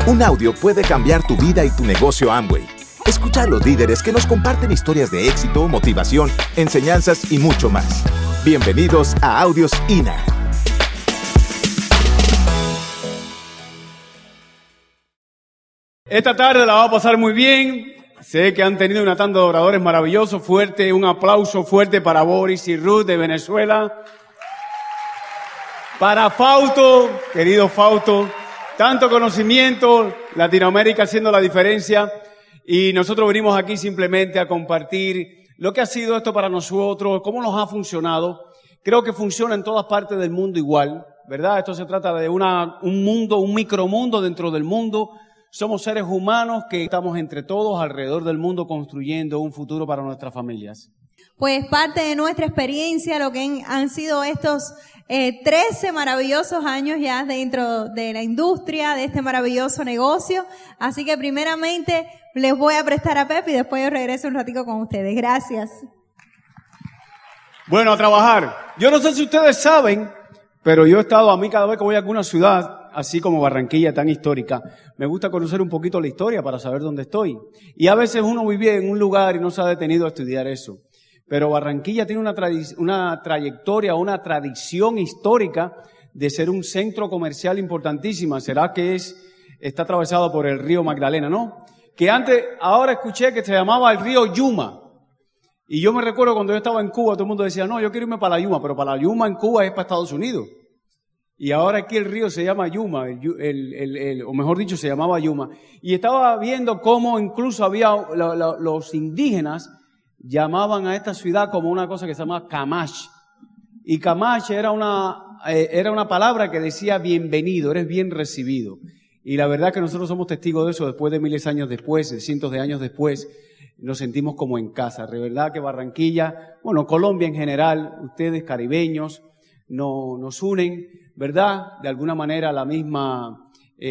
Un audio puede cambiar tu vida y tu negocio Amway. Escucha a los líderes que nos comparten historias de éxito, motivación, enseñanzas y mucho más. Bienvenidos a Audios INA. Esta tarde la va a pasar muy bien. Sé que han tenido una tanda de oradores maravillosos. Fuerte, un aplauso fuerte para Boris y Ruth de Venezuela. Para Fausto, querido Fausto. Tanto conocimiento, Latinoamérica haciendo la diferencia. Y nosotros venimos aquí simplemente a compartir lo que ha sido esto para nosotros, cómo nos ha funcionado. Creo que funciona en todas partes del mundo igual, ¿verdad? Esto se trata de un mundo, un micromundo dentro del mundo. Somos seres humanos que estamos entre todos alrededor del mundo construyendo un futuro para nuestras familias. Pues parte de nuestra experiencia, lo que han sido estos 13 maravillosos años ya dentro de la industria, de este maravilloso negocio. Así que primeramente les voy a prestar a Pepe y después yo regreso un ratico con ustedes. Gracias. Bueno, a trabajar. Yo no sé si ustedes saben, pero yo he estado, a mí cada vez que voy a alguna ciudad, así como Barranquilla, tan histórica, me gusta conocer un poquito la historia para saber dónde estoy. Y a veces uno vive en un lugar y no se ha detenido a estudiar eso. Pero Barranquilla tiene una trayectoria, una tradición histórica de ser un centro comercial importantísima. ¿Será que está atravesado por el río Magdalena, no? Que antes, ahora escuché que se llamaba el río Yuma. Y yo me recuerdo cuando yo estaba en Cuba, todo el mundo decía, no, yo quiero irme para la Yuma, pero para la Yuma en Cuba es para Estados Unidos. Y ahora aquí el río se llama Yuma, o mejor dicho, se llamaba Yuma. Y estaba viendo cómo incluso había los indígenas llamaban a esta ciudad como una cosa que se llama Camash. Y Camash era una palabra que decía bienvenido, eres bien recibido. Y la verdad que nosotros somos testigos de eso después de miles de años después, de cientos de años después, nos sentimos como en casa. De verdad que Barranquilla, bueno, Colombia en general, ustedes caribeños, nos unen, ¿verdad? De alguna manera la misma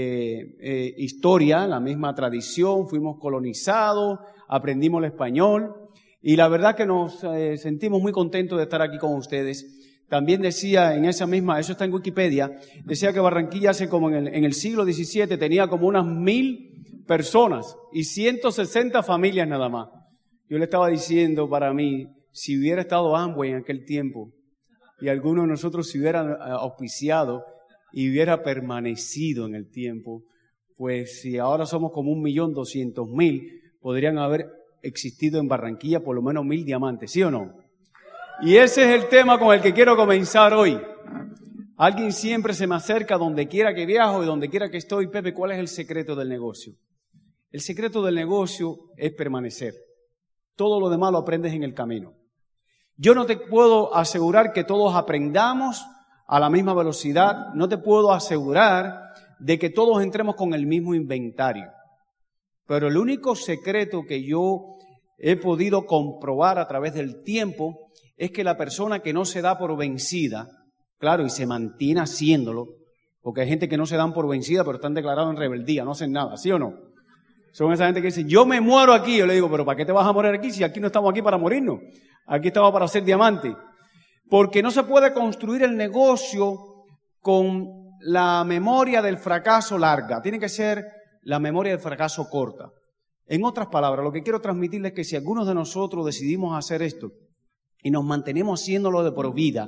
historia, la misma tradición, fuimos colonizados, aprendimos el español. Y la verdad que nos sentimos muy contentos de estar aquí con ustedes. También decía en esa misma, eso está en Wikipedia, decía que Barranquilla hace como en el siglo XVII tenía como unas 1000 personas y 160 familias nada más. Yo le estaba diciendo para mí, si hubiera estado Amway en aquel tiempo y alguno de nosotros se hubiera auspiciado y hubiera permanecido en el tiempo, pues si ahora somos como 1.200.000, podrían haber existido en Barranquilla por lo menos 1000 diamantes, ¿sí o no? Y ese es el tema con el que quiero comenzar hoy. Alguien siempre se me acerca donde quiera que viajo y donde quiera que estoy. Pepe, ¿cuál es el secreto del negocio? El secreto del negocio es permanecer. Todo lo demás lo aprendes en el camino. Yo no te puedo asegurar que todos aprendamos a la misma velocidad. No te puedo asegurar de que todos entremos con el mismo inventario. Pero el único secreto que yo he podido comprobar a través del tiempo es que la persona que no se da por vencida, claro, y se mantiene haciéndolo, porque hay gente que no se dan por vencida, pero están declarados en rebeldía, no hacen nada, ¿sí o no? Son esa gente que dice, yo me muero aquí. Yo le digo, pero ¿para qué te vas a morir aquí si aquí no estamos aquí para morirnos? Aquí estamos para ser diamante. Porque no se puede construir el negocio con la memoria del fracaso larga. Tiene que ser la memoria del fracaso corta. En otras palabras, lo que quiero transmitirles es que si algunos de nosotros decidimos hacer esto y nos mantenemos haciéndolo de por vida,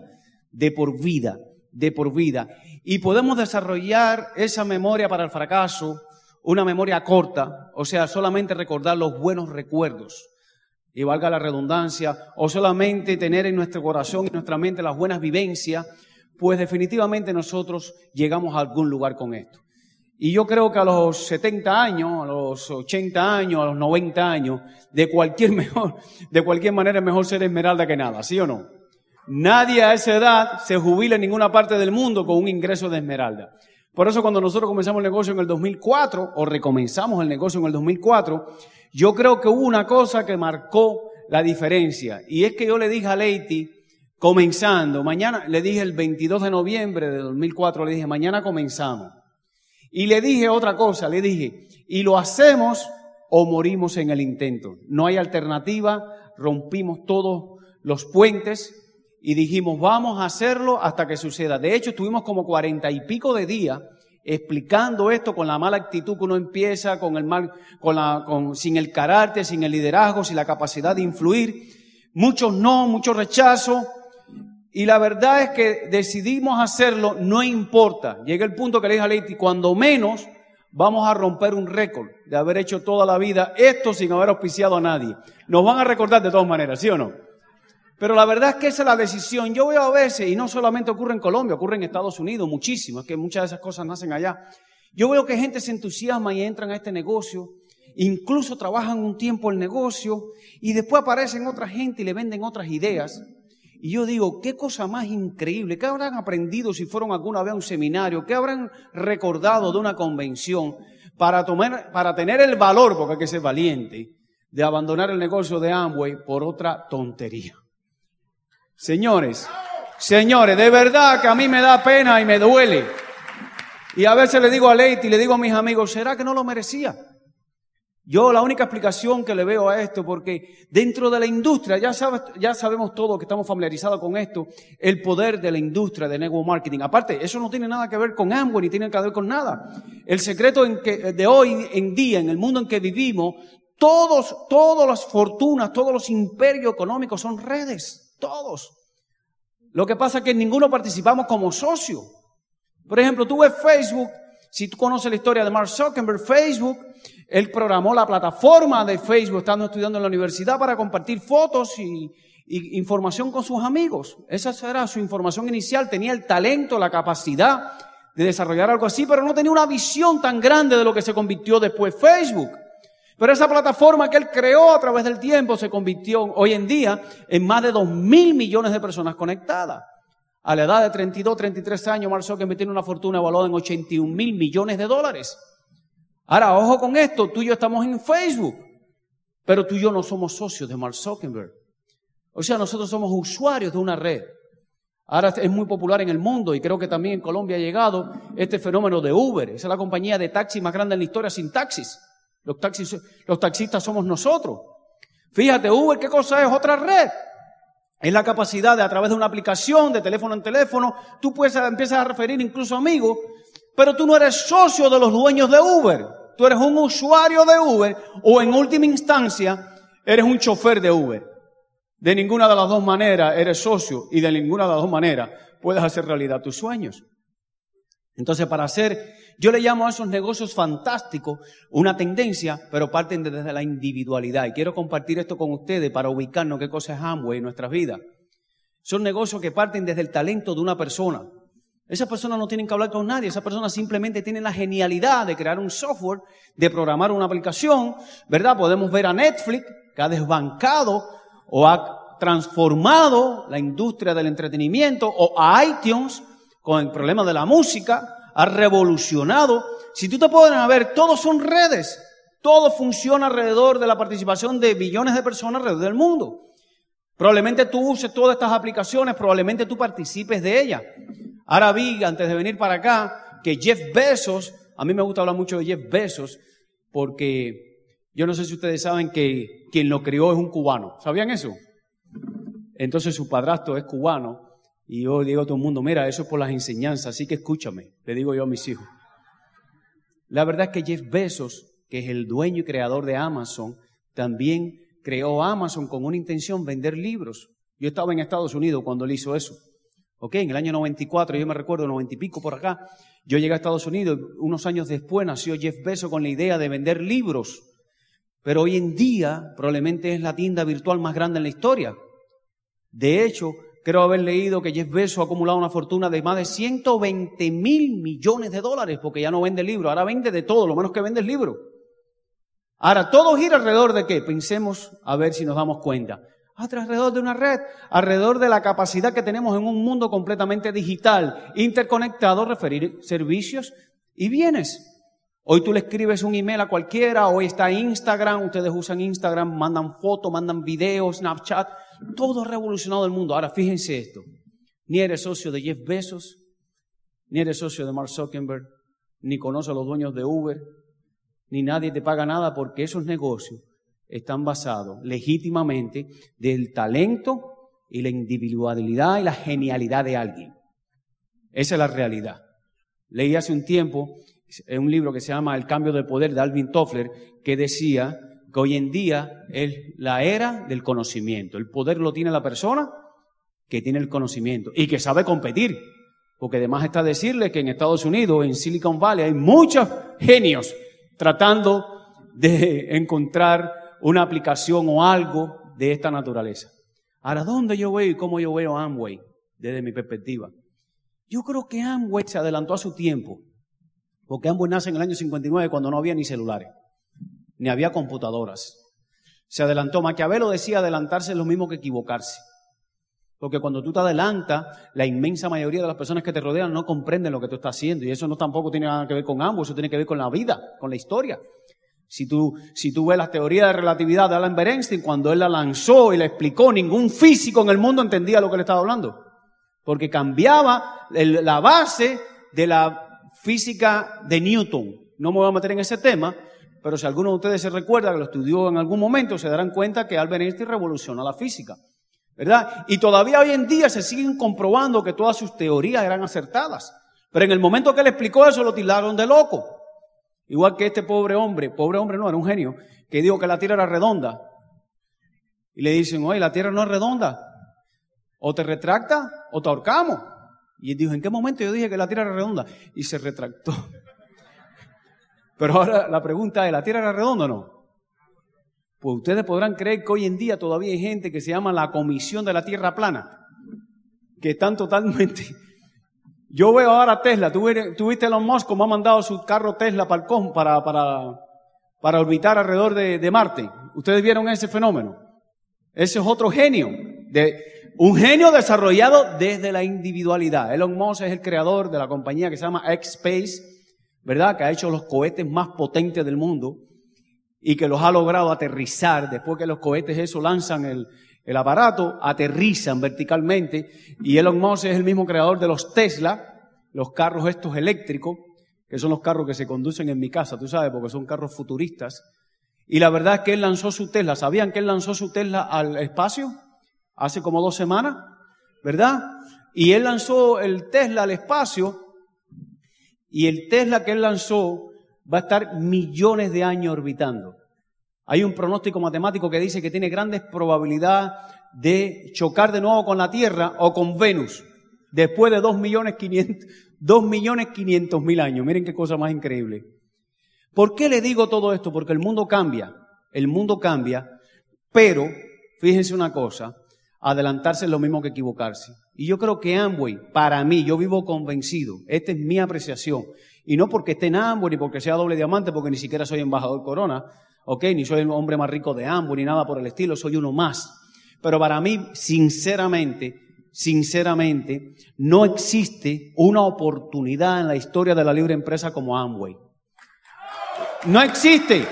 y podemos desarrollar esa memoria para el fracaso, una memoria corta, o sea, solamente recordar los buenos recuerdos, y valga la redundancia, o solamente tener en nuestro corazón y nuestra mente las buenas vivencias, pues definitivamente nosotros llegamos a algún lugar con esto. Y yo creo que a los 70 años, a los 80 años, a los 90 años, de cualquier manera es mejor ser esmeralda que nada, ¿sí o no? Nadie a esa edad se jubila en ninguna parte del mundo con un ingreso de esmeralda. Por eso cuando nosotros comenzamos el negocio en el 2004, o recomenzamos el negocio en el 2004, yo creo que hubo una cosa que marcó la diferencia. Y es que yo le dije a Leiti, comenzando, mañana, le dije el 22 de noviembre de 2004, le dije, mañana comenzamos. Y le dije otra cosa, le dije, y lo hacemos o morimos en el intento. No hay alternativa, rompimos todos los puentes y dijimos, vamos a hacerlo hasta que suceda. De hecho, estuvimos como 40 y pico de días explicando esto con la mala actitud que uno empieza, sin el carácter, sin el liderazgo, sin la capacidad de influir. Muchos no, mucho rechazo. Y la verdad es que decidimos hacerlo, no importa. Llega el punto que le dije a Leiti, cuando menos vamos a romper un récord de haber hecho toda la vida esto sin haber auspiciado a nadie. Nos van a recordar de todas maneras, ¿sí o no? Pero la verdad es que esa es la decisión. Yo veo a veces, y no solamente ocurre en Colombia, ocurre en Estados Unidos muchísimo, es que muchas de esas cosas nacen allá. Yo veo que gente se entusiasma y entran a este negocio, incluso trabajan un tiempo el negocio, y después aparecen otra gente y le venden otras ideas. Y yo digo, qué cosa más increíble, ¿qué habrán aprendido si fueron alguna vez a un seminario? ¿Qué habrán recordado de una convención para tener el valor, porque hay que ser valiente, de abandonar el negocio de Amway por otra tontería? Señores, de verdad que a mí me da pena y me duele. Y a veces le digo a Leiti, le digo a mis amigos, ¿será que no lo merecía? Yo la única explicación que le veo a esto, porque dentro de la industria, ya sabemos todos que estamos familiarizados con esto, el poder de la industria de network marketing. Aparte, eso no tiene nada que ver con Amway, ni tiene que ver con nada. El secreto de hoy en día, en el mundo en que vivimos, todas las fortunas, todos los imperios económicos son redes, todos. Lo que pasa es que ninguno participamos como socio. Por ejemplo, tú ves Facebook, si tú conoces la historia de Mark Zuckerberg, Facebook, él programó la plataforma de Facebook estando estudiando en la universidad para compartir fotos y información con sus amigos. Esa era su información inicial. Tenía el talento, la capacidad de desarrollar algo así, pero no tenía una visión tan grande de lo que se convirtió después Facebook. Pero esa plataforma que él creó a través del tiempo se convirtió hoy en día en más de 2.000 millones de personas conectadas. A la edad de 32, 33 años, Mark Zuckerberg tiene una fortuna evaluada en 81.000 millones de dólares. Ahora, ojo con esto, tú y yo estamos en Facebook, pero tú y yo no somos socios de Mark Zuckerberg. O sea, nosotros somos usuarios de una red. Ahora es muy popular en el mundo y creo que también en Colombia ha llegado este fenómeno de Uber. Esa es la compañía de taxi más grande en la historia sin taxis. Los taxistas somos nosotros. Fíjate, Uber, ¿qué cosa es? Otra red. Es la capacidad de, a través de una aplicación, de teléfono en teléfono, tú empiezas a referir incluso amigos, pero tú no eres socio de los dueños de Uber. Tú eres un usuario de Uber o en última instancia eres un chofer de Uber. De ninguna de las dos maneras eres socio y de ninguna de las dos maneras puedes hacer realidad tus sueños. Entonces, yo le llamo a esos negocios fantásticos una tendencia, pero parten desde la individualidad. Y quiero compartir esto con ustedes para ubicarnos qué cosa es Amway en nuestras vidas. Son negocios que parten desde el talento de una persona. Esas personas no tienen que hablar con nadie, esas personas simplemente tienen la genialidad de crear un software, de programar una aplicación, ¿verdad? Podemos ver a Netflix, que ha desbancado o ha transformado la industria del entretenimiento, o a iTunes, con el problema de la música, ha revolucionado. Si tú te pones ver, todos son redes, todo funciona alrededor de la participación de billones de personas alrededor del mundo. Probablemente tú uses todas estas aplicaciones, probablemente tú participes de ellas. Ahora vi, antes de venir para acá, que Jeff Bezos, a mí me gusta hablar mucho de Jeff Bezos, porque yo no sé si ustedes saben que quien lo crió es un cubano. ¿Sabían eso? Entonces su padrastro es cubano, y yo digo a todo el mundo, mira, eso es por las enseñanzas, así que escúchame, le digo yo a mis hijos. La verdad es que Jeff Bezos, que es el dueño y creador de Amazon, también creó Amazon con una intención, vender libros. Yo estaba en Estados Unidos cuando él hizo eso. En el año 94, yo me recuerdo, 90 y pico por acá, yo llegué a Estados Unidos, unos años después nació Jeff Bezos con la idea de vender libros. Pero hoy en día probablemente es la tienda virtual más grande en la historia. De hecho, creo haber leído que Jeff Bezos ha acumulado una fortuna de más de 120.000 millones de dólares, porque ya no vende libros, ahora vende de todo, lo menos que vende es libro. Ahora, todo gira alrededor de ¿qué? Pensemos a ver si nos damos cuenta. Alrededor de una red, alrededor de la capacidad que tenemos en un mundo completamente digital, interconectado, referir servicios y bienes. Hoy tú le escribes un email a cualquiera, hoy está Instagram, ustedes usan Instagram, mandan fotos, mandan videos, Snapchat, todo ha revolucionado el mundo. Ahora fíjense esto, ni eres socio de Jeff Bezos, ni eres socio de Mark Zuckerberg, ni conoces a los dueños de Uber, ni nadie te paga nada porque esos negocios están basados legítimamente del talento y la individualidad y la genialidad de alguien. Esa es la realidad. Leí hace un tiempo un libro que se llama El cambio de poder de Alvin Toffler, que decía que hoy en día es la era del conocimiento. El poder lo tiene la persona que tiene el conocimiento y que sabe competir. Porque además está decirle que en Estados Unidos, en Silicon Valley, hay muchos genios tratando de encontrar una aplicación o algo de esta naturaleza. Ahora, ¿dónde yo veo y cómo yo veo a Amway desde mi perspectiva? Yo creo que Amway se adelantó a su tiempo, porque Amway nace en el año 59 cuando no había ni celulares, ni había computadoras. Se adelantó. Maquiavelo decía adelantarse es lo mismo que equivocarse. Porque cuando tú te adelantas, la inmensa mayoría de las personas que te rodean no comprenden lo que tú estás haciendo. Y eso no tampoco tiene nada que ver con Amway, eso tiene que ver con la vida, con la historia. Si tú ves las teorías de relatividad de Albert Einstein, cuando él la lanzó y la explicó, ningún físico en el mundo entendía lo que le estaba hablando. Porque cambiaba la base de la física de Newton. No me voy a meter en ese tema, pero si alguno de ustedes se recuerda que lo estudió en algún momento, se darán cuenta que Albert Einstein revolucionó la física, ¿verdad? Y todavía hoy en día se siguen comprobando que todas sus teorías eran acertadas. Pero en el momento que él explicó eso, lo tildaron de loco. Igual que este pobre hombre no, era un genio, que dijo que la Tierra era redonda. Y le dicen, oye, la Tierra no es redonda. O te retracta o te ahorcamos. Y él dijo, ¿en qué momento yo dije que la Tierra era redonda? Y se retractó. Pero ahora la pregunta es, ¿la Tierra era redonda o no? Pues ustedes podrán creer que hoy en día todavía hay gente que se llama la Comisión de la Tierra Plana, que están totalmente... Yo veo ahora a Tesla, ¿tú viste Elon Musk como ha mandado su carro Tesla para orbitar alrededor de Marte? ¿Ustedes vieron ese fenómeno? Ese es otro genio, un genio desarrollado desde la individualidad. Elon Musk es el creador de la compañía que se llama X-Space, ¿verdad? Que ha hecho los cohetes más potentes del mundo y que los ha logrado aterrizar. Después que los cohetes eso lanzan el aparato, aterrizan verticalmente, y Elon Musk es el mismo creador de los Tesla, los carros estos eléctricos, que son los carros que se conducen en mi casa, tú sabes, porque son carros futuristas. Y la verdad es que él lanzó su Tesla. ¿Sabían que él lanzó su Tesla al espacio? Hace como 2 semanas, ¿verdad? Y él lanzó el Tesla al espacio, y el Tesla que él lanzó va a estar millones de años orbitando. Hay un pronóstico matemático que dice que tiene grandes probabilidades de chocar de nuevo con la Tierra o con Venus después de 2.500.000 años. Miren qué cosa más increíble. ¿Por qué le digo todo esto? Porque el mundo cambia, pero fíjense una cosa, adelantarse es lo mismo que equivocarse. Y yo creo que Amway, para mí, yo vivo convencido, esta es mi apreciación, y no porque esté en Amway ni porque sea doble diamante, porque ni siquiera soy embajador Corona, ni soy el hombre más rico de Amway, ni nada por el estilo, soy uno más. Pero para mí, sinceramente, no existe una oportunidad en la historia de la libre empresa como Amway. No existe.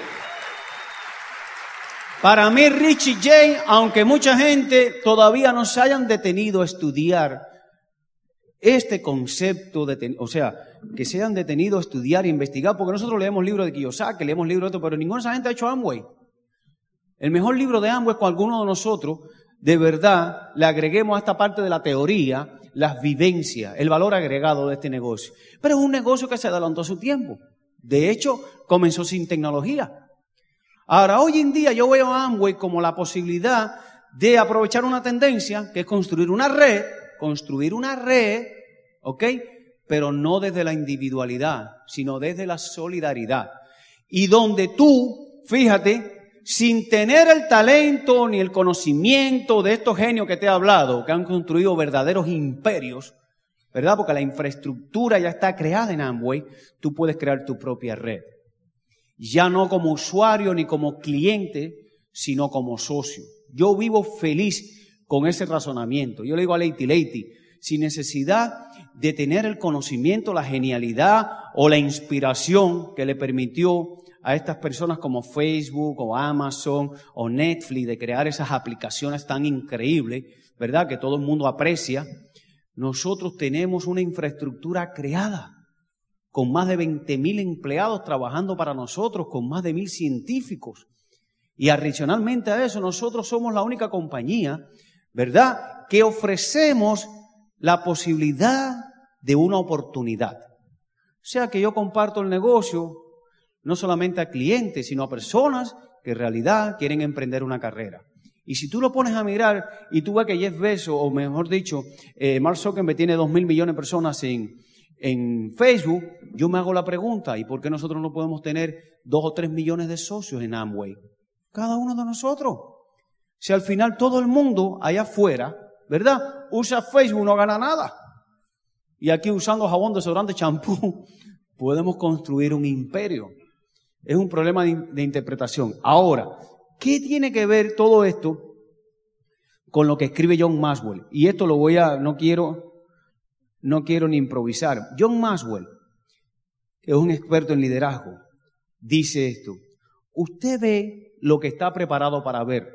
Para mí, Richie Jane, aunque mucha gente todavía no se hayan detenido a estudiar este concepto, que se hayan detenido a estudiar e investigar, porque nosotros leemos libros de Kiyosaki, leemos libros de esto, pero ninguna de esa gente ha hecho Amway. El mejor libro de Amway es cuando alguno de nosotros, de verdad, le agreguemos a esta parte de la teoría, las vivencias, el valor agregado de este negocio. Pero es un negocio que se adelantó a su tiempo. De hecho, comenzó sin tecnología. Ahora, hoy en día yo veo a Amway como la posibilidad de aprovechar una tendencia, que es construir una red, pero no desde la individualidad, sino desde la solidaridad. Y donde tú, fíjate, sin tener el talento ni el conocimiento de estos genios que te he hablado, que han construido verdaderos imperios, ¿verdad? Porque la infraestructura ya está creada en Amway, tú puedes crear tu propia red. Ya no como usuario ni como cliente, sino como socio. Yo vivo feliz con ese razonamiento. Yo le digo a Leiti, sin necesidad de tener el conocimiento, la genialidad o la inspiración que le permitió a estas personas como Facebook o Amazon o Netflix de crear esas aplicaciones tan increíbles, ¿verdad? Que todo el mundo aprecia. Nosotros tenemos una infraestructura creada con más de 20,000 empleados trabajando para nosotros, con más de 1,000 científicos. Y adicionalmente a eso, nosotros somos la única compañía, ¿verdad?, que ofrecemos la posibilidad de una oportunidad. sea que yo comparto el negocio no solamente a clientes, sino a personas que en realidad quieren emprender una carrera. Y si tú lo pones a mirar y tú ves que Jeff Bezos, o mejor dicho, Mark Zuckerberg tiene 2.000 millones de personas en Facebook, yo me hago la pregunta, ¿y por qué nosotros no podemos tener 2 o 3 millones de socios en Amway? Cada uno de nosotros. Si al final todo el mundo allá afuera, ¿verdad?, usa Facebook, no gana nada. Y aquí usando jabón, desodorante, champú, podemos construir un imperio. Es un problema de interpretación. Ahora, ¿qué tiene que ver todo esto con lo que escribe John Maxwell? Y esto no quiero ni improvisar. John Maxwell, que es un experto en liderazgo, dice esto: usted ve lo que está preparado para ver.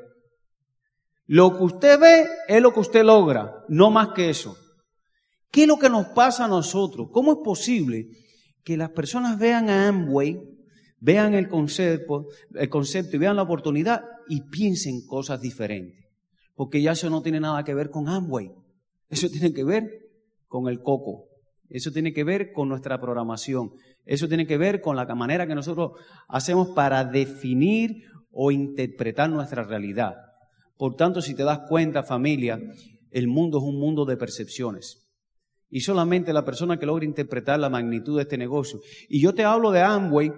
Lo que usted ve es lo que usted logra, no más que eso. ¿Qué es lo que nos pasa a nosotros? ¿Cómo es posible que las personas vean a Amway, vean el concepto y vean la oportunidad y piensen cosas diferentes? Porque ya eso no tiene nada que ver con Amway. Eso tiene que ver con el coco. Eso tiene que ver con nuestra programación. Eso tiene que ver con la manera que nosotros hacemos para definir o interpretar nuestra realidad. Por tanto, si te das cuenta, familia, el mundo es un mundo de percepciones. Y solamente la persona que logra interpretar la magnitud de este negocio. Y yo te hablo de Amway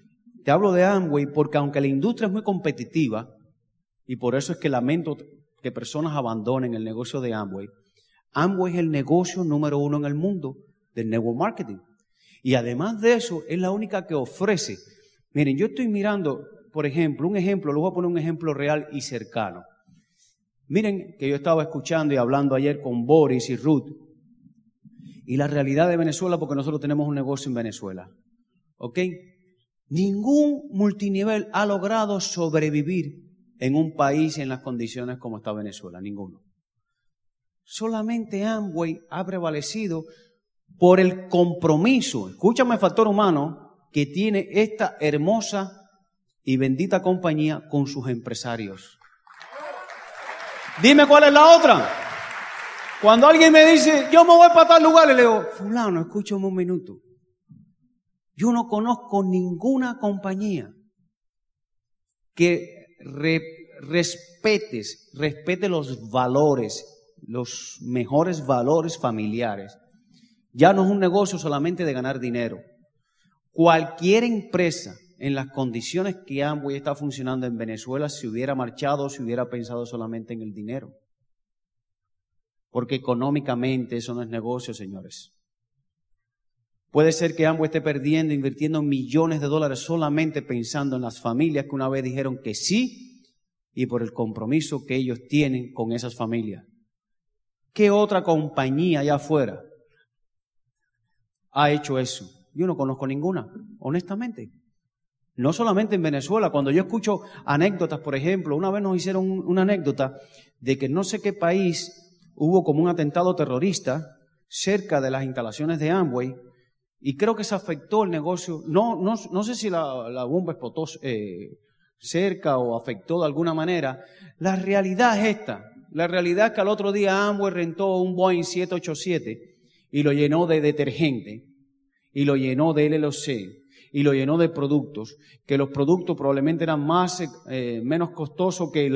porque aunque la industria es muy competitiva, y por eso es que lamento que personas abandonen el negocio de Amway, Amway es el negocio número 1 en el mundo del network marketing. Y además de eso, es la única que ofrece. Miren, yo estoy mirando, por ejemplo, les voy a poner un ejemplo real y cercano. Miren que yo estaba escuchando y hablando ayer con Boris y Ruth, y la realidad de Venezuela, porque nosotros tenemos un negocio en Venezuela. ¿Ok? Ningún multinivel ha logrado sobrevivir en un país en las condiciones como está Venezuela. Ninguno. Solamente Amway ha prevalecido por el compromiso, escúchame, factor humano, que tiene esta hermosa y bendita compañía con sus empresarios. Dime cuál es la otra. Cuando alguien me dice, yo me voy para tal lugar, le digo, fulano, escúchame un minuto. Yo no conozco ninguna compañía que respete los valores, los mejores valores familiares. Ya no es un negocio solamente de ganar dinero. Cualquier empresa en las condiciones que Amway está funcionando en Venezuela se hubiera marchado, se hubiera pensado solamente en el dinero. Porque económicamente eso no es negocio, señores. Puede ser que Amway esté invirtiendo millones de dólares solamente pensando en las familias que una vez dijeron que sí y por el compromiso que ellos tienen con esas familias. ¿Qué otra compañía allá afuera ha hecho eso? Yo no conozco ninguna, honestamente. No solamente en Venezuela. Cuando yo escucho anécdotas, por ejemplo, una vez nos hicieron una anécdota de que no sé qué país hubo como un atentado terrorista cerca de las instalaciones de Amway y creo que se afectó el negocio. No sé si la bomba explotó cerca o afectó de alguna manera. La realidad es esta. La realidad es que al otro día Amway rentó un Boeing 787 y lo llenó de detergente y lo llenó de LLC y lo llenó de productos, que los productos probablemente eran menos costosos que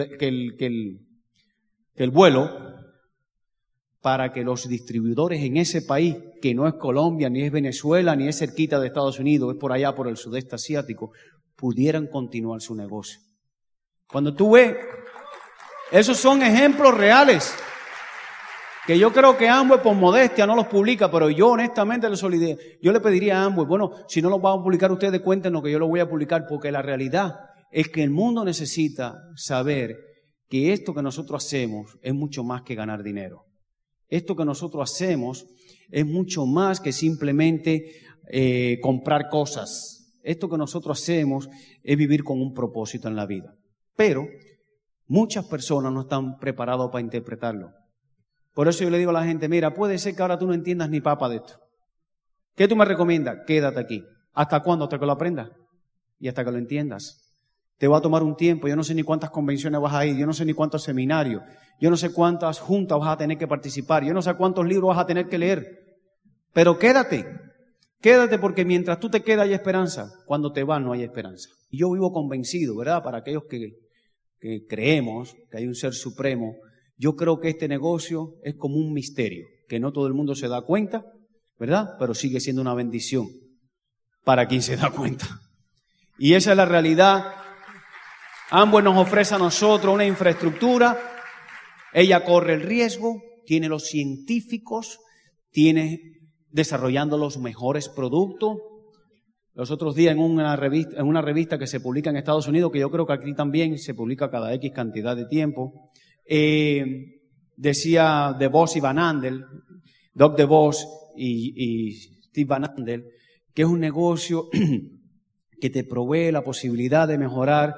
el vuelo, para que los distribuidores en ese país, que no es Colombia, ni es Venezuela, ni es cerquita de Estados Unidos, es por allá por el sudeste asiático, pudieran continuar su negocio. Cuando tú ves, esos son ejemplos reales, que yo creo que Amway por modestia no los publica, pero yo honestamente yo le pediría a Amway, bueno, si no los van a publicar ustedes, cuéntenos que yo lo voy a publicar, porque la realidad es que el mundo necesita saber que esto que nosotros hacemos es mucho más que ganar dinero. Esto que nosotros hacemos es mucho más que simplemente comprar cosas. Esto que nosotros hacemos es vivir con un propósito en la vida. Pero muchas personas no están preparadas para interpretarlo. Por eso yo le digo a la gente, mira, puede ser que ahora tú no entiendas ni papa de esto. ¿Qué tú me recomiendas? Quédate aquí. ¿Hasta cuándo? Hasta que lo aprendas y hasta que lo entiendas. Te va a tomar un tiempo, yo no sé ni cuántas convenciones vas a ir, yo no sé ni cuántos seminarios, yo no sé cuántas juntas vas a tener que participar, yo no sé cuántos libros vas a tener que leer, pero quédate Quédate porque mientras tú te quedas hay esperanza. Cuando te vas no hay esperanza. Y yo vivo convencido, ¿verdad? Para aquellos que creemos que hay un ser supremo, yo creo que este negocio es como un misterio, que no todo el mundo se da cuenta, ¿verdad? Pero sigue siendo una bendición para quien se da cuenta. Y esa es la realidad. Amway nos ofrece a nosotros una infraestructura. Ella corre el riesgo, tiene los científicos, tiene desarrollando los mejores productos. Los otros días en una revista que se publica en Estados Unidos, que yo creo que aquí también se publica cada X cantidad de tiempo, decía DeVos y Van Andel, Doug DeVos y Steve Van Andel, que es un negocio que te provee la posibilidad de mejorar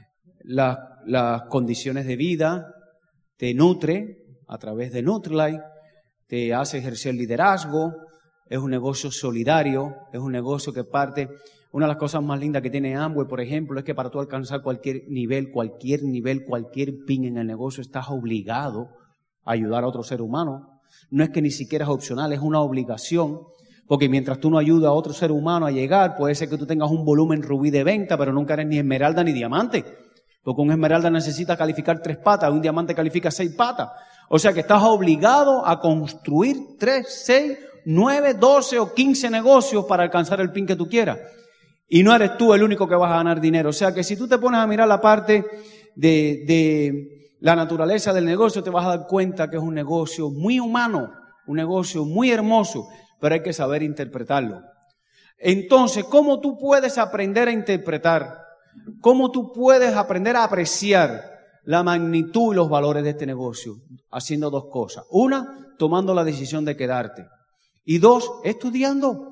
las condiciones de vida, te nutre a través de Nutrilite, te hace ejercer liderazgo, es un negocio solidario, es un negocio que parte. Una de las cosas más lindas que tiene Amway, por ejemplo, es que para tú alcanzar cualquier nivel, cualquier pin en el negocio, estás obligado a ayudar a otro ser humano. No es que ni siquiera es opcional, es una obligación, porque mientras tú no ayudas a otro ser humano a llegar, puede ser que tú tengas un volumen rubí de venta, pero nunca eres ni esmeralda ni diamante. Porque un esmeralda necesita calificar 3 patas, un diamante califica 6 patas. O sea que estás obligado a construir 3, 6, 9, 12 o 15 negocios para alcanzar el pin que tú quieras. Y no eres tú el único que vas a ganar dinero. O sea que si tú te pones a mirar la parte de la naturaleza del negocio, te vas a dar cuenta que es un negocio muy humano, un negocio muy hermoso, pero hay que saber interpretarlo. Entonces, ¿cómo tú puedes aprender a interpretar? ¿Cómo tú puedes aprender a apreciar la magnitud y los valores de este negocio? Haciendo 2 cosas. Una, tomando la decisión de quedarte. Y 2, estudiando.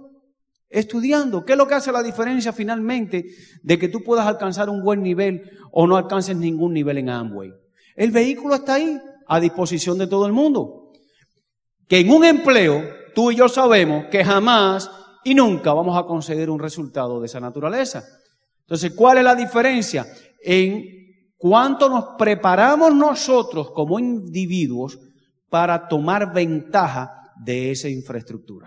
¿Qué es lo que hace la diferencia finalmente de que tú puedas alcanzar un buen nivel o no alcances ningún nivel en Amway? El vehículo está ahí, a disposición de todo el mundo. Que en un empleo, tú y yo sabemos que jamás y nunca vamos a conseguir un resultado de esa naturaleza. Entonces, ¿cuál es la diferencia? En cuánto nos preparamos nosotros como individuos para tomar ventaja de esa infraestructura.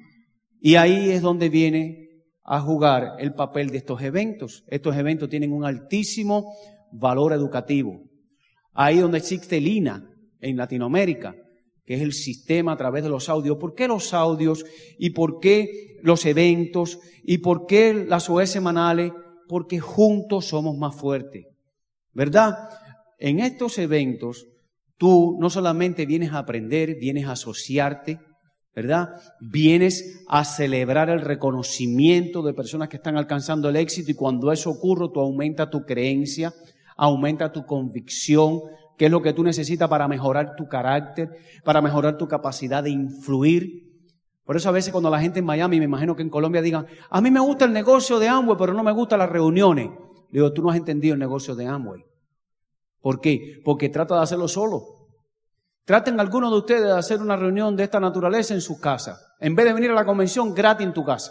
Y ahí es donde viene a jugar el papel de estos eventos. Estos eventos tienen un altísimo valor educativo. Ahí donde existe el INA en Latinoamérica, que es el sistema a través de los audios. ¿Por qué los audios? ¿Y por qué los eventos? ¿Y por qué las OE semanales? Porque juntos somos más fuertes, ¿verdad? En estos eventos, tú no solamente vienes a aprender, vienes a asociarte, ¿verdad? Vienes a celebrar el reconocimiento de personas que están alcanzando el éxito, y cuando eso ocurre, tú aumentas tu creencia, aumenta tu convicción, que es lo que tú necesitas para mejorar tu carácter, para mejorar tu capacidad de influir. Por eso a veces cuando la gente en Miami, me imagino que en Colombia digan, a mí me gusta el negocio de Amway, pero no me gustan las reuniones. Le digo, tú no has entendido el negocio de Amway. ¿Por qué? Porque trata de hacerlo solo. Traten algunos de ustedes de hacer una reunión de esta naturaleza en sus casas, en vez de venir a la convención gratis en tu casa.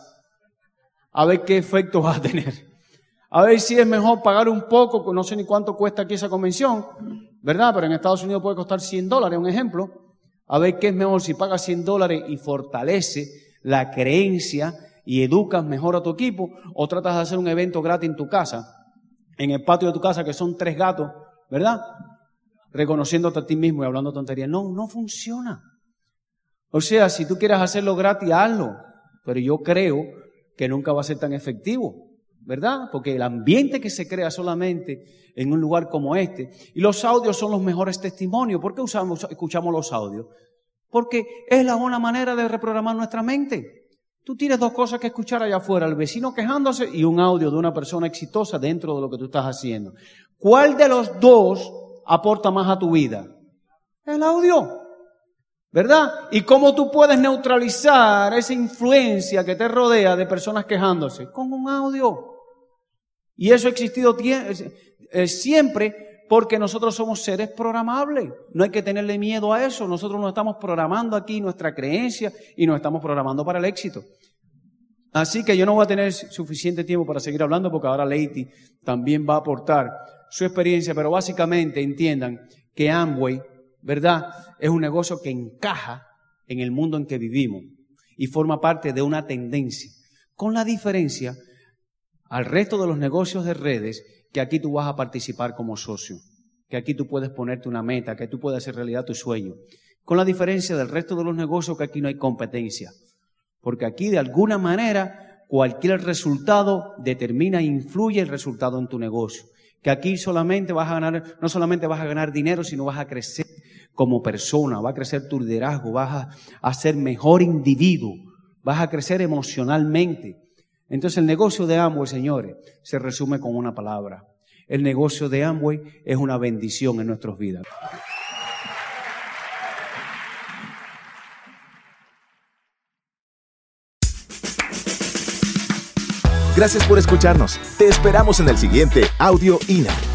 A ver qué efecto va a tener. A ver si es mejor pagar un poco, no sé ni cuánto cuesta aquí esa convención, ¿verdad? Pero en Estados Unidos puede costar $100, un ejemplo. A ver qué es mejor si pagas $100 y fortalece la creencia y educas mejor a tu equipo, o tratas de hacer un evento gratis en tu casa, en el patio de tu casa, que son 3 gatos, ¿verdad? Reconociéndote a ti mismo y hablando tonterías. No funciona. O sea, si tú quieres hacerlo gratis, hazlo. Pero yo creo que nunca va a ser tan efectivo, ¿verdad? Porque el ambiente que se crea solamente en un lugar como este, y los audios son los mejores testimonios. ¿Por qué escuchamos los audios? Porque es la buena manera de reprogramar nuestra mente. Tú tienes 2 cosas que escuchar allá afuera, el vecino quejándose y un audio de una persona exitosa dentro de lo que tú estás haciendo. ¿Cuál de los 2 aporta más a tu vida? El audio, ¿verdad? ¿Y cómo tú puedes neutralizar esa influencia que te rodea de personas quejándose? Con un audio. Y eso ha existido siempre, porque nosotros somos seres programables. No hay que tenerle miedo a eso. Nosotros nos estamos programando aquí nuestra creencia y nos estamos programando para el éxito. Así que yo no voy a tener suficiente tiempo para seguir hablando, porque ahora Leiti también va a aportar su experiencia, pero básicamente entiendan que Amway, ¿verdad?, es un negocio que encaja en el mundo en que vivimos y forma parte de una tendencia. Con la diferencia al resto de los negocios de redes, que aquí tú vas a participar como socio, que aquí tú puedes ponerte una meta, que tú puedes hacer realidad tu sueño. Con la diferencia del resto de los negocios, que aquí no hay competencia, porque aquí de alguna manera cualquier resultado determina e influye el resultado en tu negocio. Que aquí solamente vas a ganar, no solamente vas a ganar dinero, sino vas a crecer como persona, va a crecer tu liderazgo, vas a ser mejor individuo, vas a crecer emocionalmente. Entonces el negocio de Amway, señores, se resume con una palabra. El negocio de Amway es una bendición en nuestras vidas. Gracias por escucharnos. Te esperamos en el siguiente Audio INA.